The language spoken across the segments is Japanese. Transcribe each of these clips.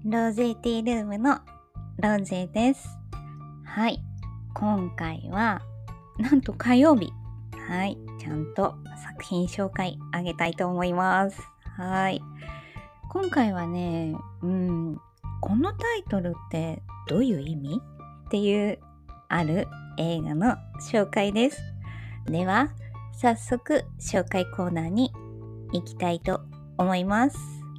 ローゼーティールームのローゼーです。はい、今回はなんと火曜日、はい、ちゃんと作品紹介あげたいと思います。はい、今回はね、このタイトルってどういう意味っていうある映画の紹介です。では、早速紹介コーナーに行きたいと思います。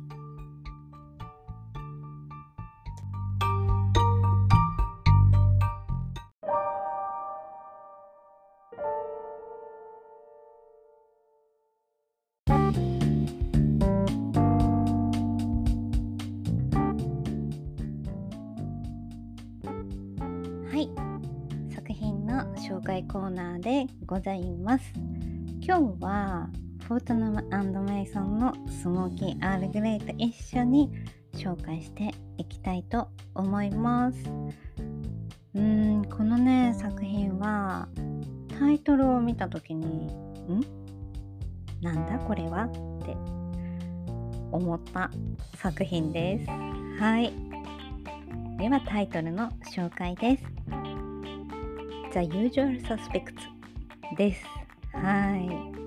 はい、作品の紹介コーナーでございます。今日はフォートナム&メイソンのスモーキーアールグレイと一緒に紹介していきたいと思います。このね作品はタイトルを見た時になんだこれはって思った作品です。はい、ではタイトルの紹介です。The Usual Suspects です。はい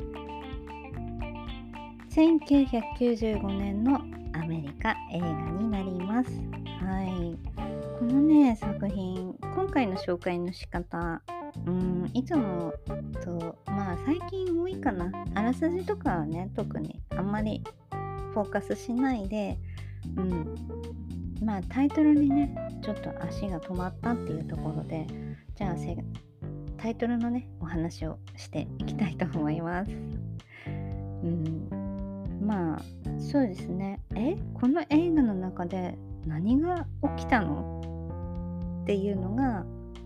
。1995年のアメリカ映画になります。はい。このね作品、今回の紹介の仕方、いつもと最近多いかな。あらすじとかはね特にあんまりフォーカスしないで、タイトルにねちょっと足が止まったっていうところで、じゃあタイトルのねお話をしていきたいと思います。そうですね。この映画の中で何が起きたのっていうのが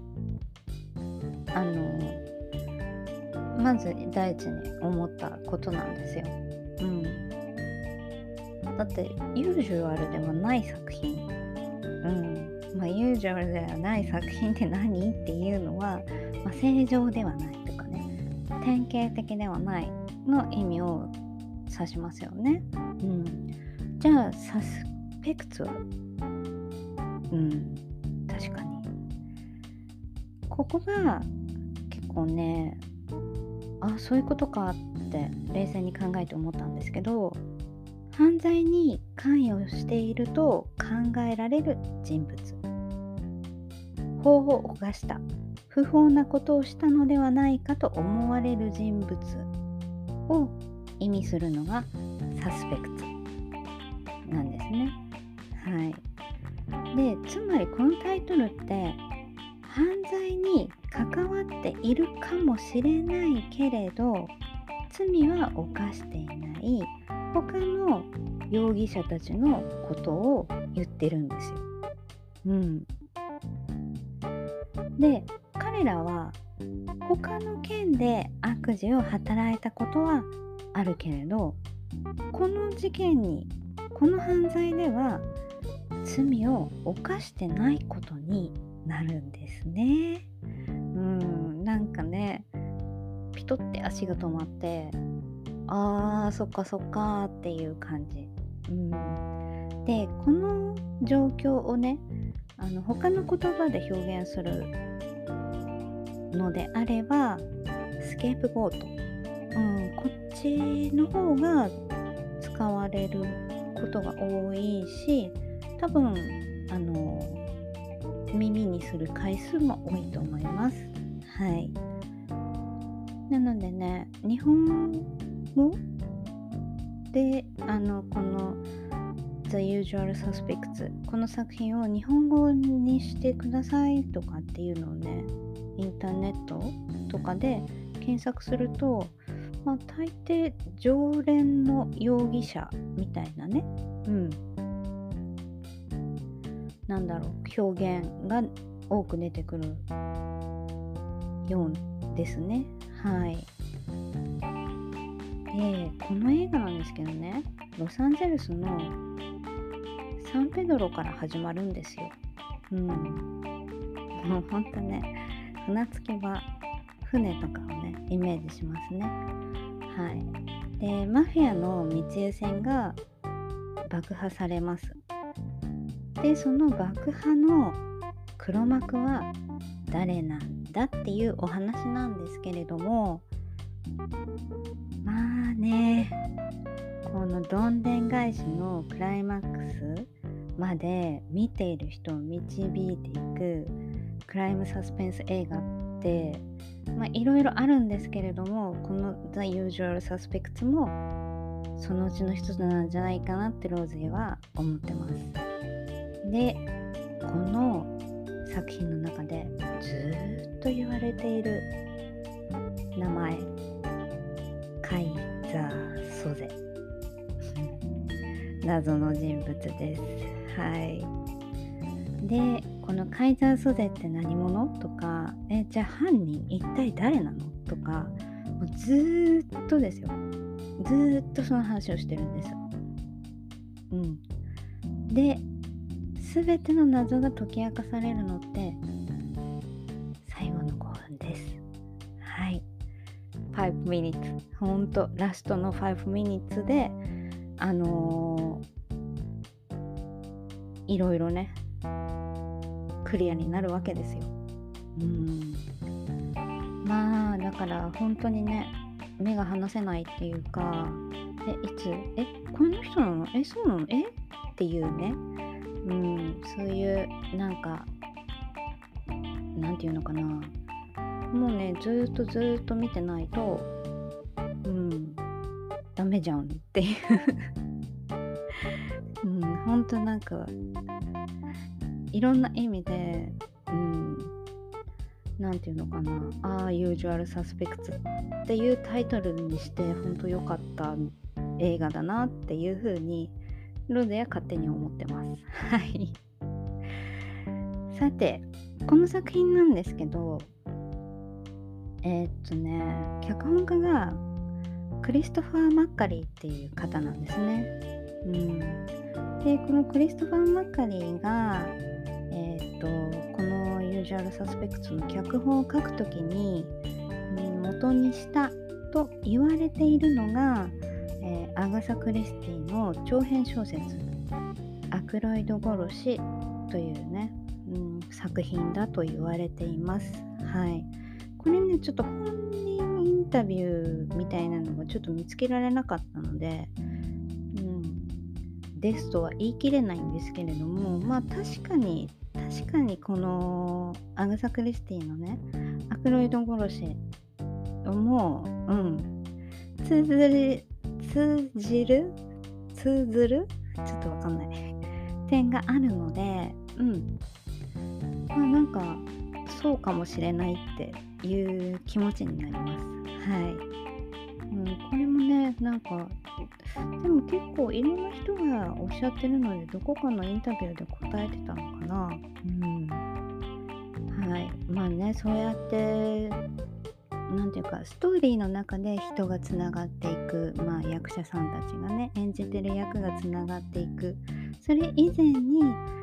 まず第一に思ったことなんですよ。だってユージュアルではない作品、ユージュアルではない作品って何っていうのは、正常ではないとかね、典型的ではないの意味を指しますよね。じゃあサスペクツは確かにここが結構ね、そういうことかって冷静に考えて思ったんですけど、犯罪に関与していると考えられる人物、法を犯した、不法なことをしたのではないかと思われる人物を意味するのがサスペクトなんですね。はい。で、つまりこのタイトルって犯罪に関わっているかもしれないけれど罪は犯していない他の容疑者たちのことを言ってるんですよ。で、彼らは他の件で悪事を働いたことはあるけれど、この事件に、この犯罪では罪を犯してないことになるんですね。なんかね、ピトって足が止まって、そっかそっかっていう感じ。で、この状況をね、他の言葉で表現するのであれば、スケープゴート、こっちの方が使われることが多いし、多分耳にする回数も多いと思います。はい。なのでね、日本語でこの The Usual Suspects、 この作品を日本語にしてくださいとかっていうのをね、インターネットとかで検索すると、大抵常連の容疑者みたいなね、表現が多く出てくるようですね。はい。で、この映画なんですけどね、ロサンゼルスのサンペドロから始まるんですよ。もうほんとね、船着き場、船とかをねイメージしますね。はい。で、マフィアの密輸船が爆破されます。 でその爆破の黒幕は誰なんだっていうお話なんですけれども、まあね、このどんでん返しのクライマックスまで見ている人を導いていくクライムサスペンス映画っていろいろあるんですけれども、この The Usual Suspects もそのうちの一つなんじゃないかなってローズは思ってます。で、この作品の中でずっと言われている名前、カイザー・ソゼ謎の人物です。はい。で、このカイザー・ソゼって何者とか、じゃあ犯人一体誰なのとか、もうずーっとですよ。ずーっとその話をしてるんです。で、すべての謎が解き明かされるのって最後の5分です。はい。5 minutes。ほんと、ラストの5 minutes で、いろいろね、クリアになるわけですよ。だから本当にね、目が離せないっていうか、いつこの人なの、そうなの、っていうね、そういうなんていうのかな、もうね、ずっと見てないとダメじゃんっていうほんといろんな意味でなんていうのかな、Usual Suspects っていうタイトルにして本当良かった映画だなっていう風にロゼは勝手に思ってます。はい。さて、この作品なんですけど、脚本家がクリストファー・マッカリーっていう方なんですね。で、このクリストファー・マッカリーがこの Usual Suspects の脚本を書くときに元にしたと言われているのが、アガサ・クリスティの長編小説アクロイド殺しというね、作品だと言われています。はい。これね、ちょっと本人インタビューみたいなのがちょっと見つけられなかったので、ですとは言い切れないんですけれども、確かにこのアガサ・クリスティのね、アクロイド殺しも通ずるちょっとわかんない点があるので、そうかもしれないっていう気持ちになります。はい。これもね、でも結構いろんな人がおっしゃってるので、どこかのインタビューで答えてたのかな。はい。そうやってなんていうか、ストーリーの中で人がつながっていく、役者さんたちがね、演じてる役がつながっていく、それ以前に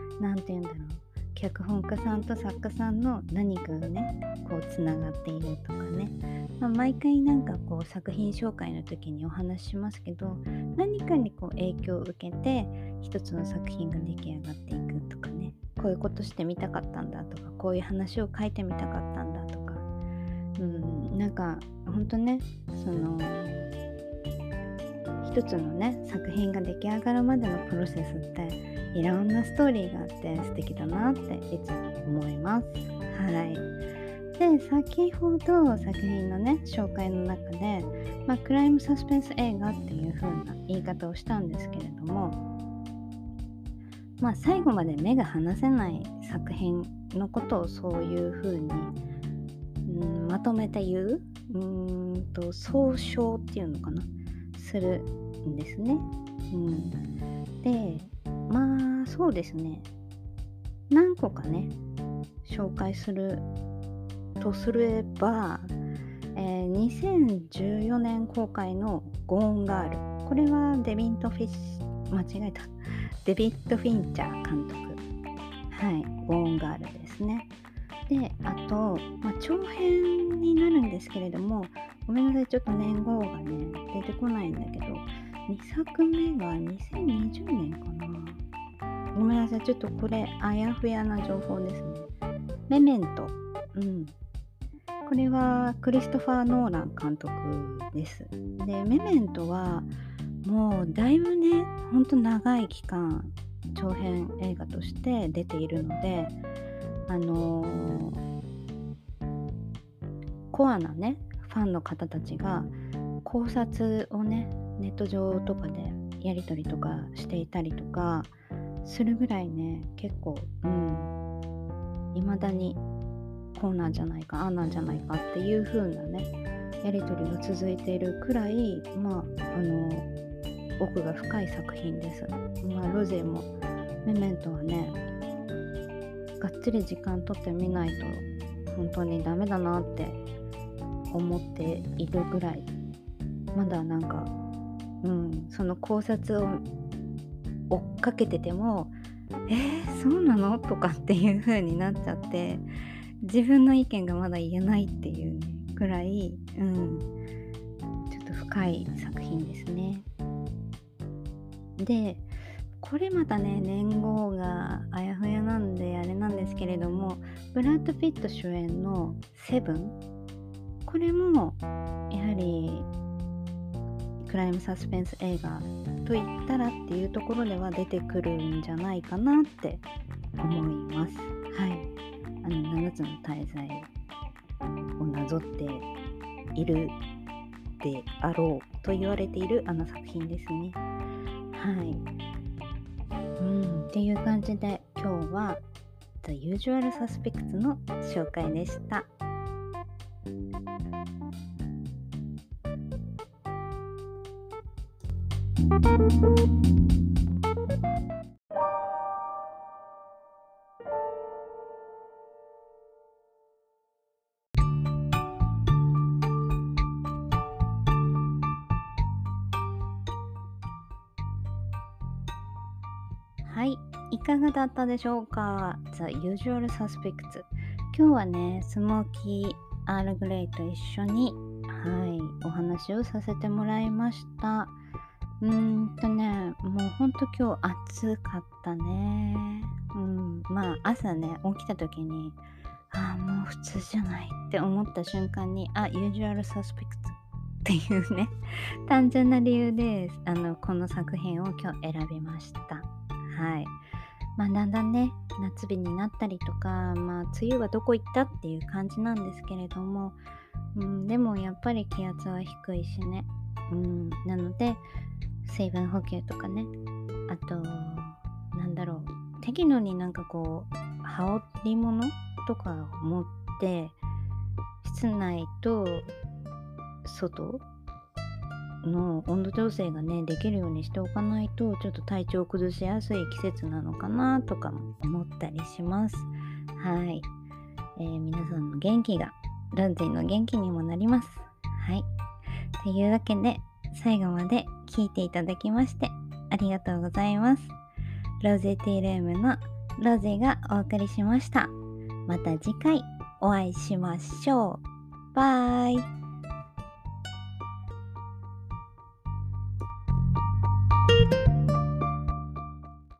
脚本家さんと作家さんの何かがね、こうつながっているとかね、毎回作品紹介の時にお話ししますけど、何かに影響を受けて一つの作品が出来上がっていくとかね、こういうことしてみたかったんだとか、こういう話を書いてみたかったんだとか、ほんとね、一つのね作品が出来上がるまでのプロセスっていろんなストーリーがあって素敵だなっていつも思います。はい。で、先ほど作品のね紹介の中で、クライムサスペンス映画っていう風な言い方をしたんですけれども、最後まで目が離せない作品のことをそういう風にまとめて言う総称っていうのかな、するんですね。で、そうですね、何個かね紹介するとすれば、2014年公開のゴーンガール、これはデビッド・フィンチャー監督。はい、ゴーンガールですね。で、あと、長編になるんですけれども、ごめんなさい、ちょっと年号がね出てこないんだけど、2作目が2020年かなごめんなさい、ちょっとこれあやふやな情報ですね。メメント、これはクリストファー・ノーラン監督です。で、メメントはもうだいぶね、ほんと長い期間長編映画として出ているので、コアなねファンの方たちが考察をねネット上とかでやり取りとかしていたりとかするぐらいね、結構未だにこうなんじゃないかああなんじゃないかっていう風なねやり取りが続いているくらい、奥が深い作品です。ロゼもメメントはね、がっつり時間取ってみないと本当にダメだなって思っているぐらい、まだなんか、その考察を追っかけててもそうなのとかっていう風になっちゃって、自分の意見がまだ言えないっていうねくらい、ちょっと深い作品ですね。で、これまたね年号があやふやなんであれなんですけれども、ブラッド・ピット主演のセブン、これもやはりクライムサスペンス映画といったらっていうところでは出てくるんじゃないかなって思います。はい、7つの大罪をなぞっているであろうと言われている作品ですね。はい、っていう感じで今日は The Usual Suspects の紹介でした。はい、いかがだったでしょうか。 The Usual Suspects、 今日はねスモーキーアールグレイと一緒にお話をさせてもらいました。もうほんと今日暑かったね。朝ね起きた時にもう普通じゃないって思った瞬間にUsual Suspects っていうね単純な理由でこの作品を今日選びました。だんだんね夏日になったりとか、梅雨はどこ行ったっていう感じなんですけれども、でもやっぱり気圧は低いしね、なので水分補給とかね、あと適度になんかこう羽織物とかを持って室内と外の温度調整がねできるようにしておかないとちょっと体調を崩しやすい季節なのかなとかも思ったりします。皆さんの元気がロンゼの元気にもなります。というわけで最後まで聞いていただきましてありがとうございます。ロゼティールームのロゼがお送りしました。また次回お会いしましょう。バイ。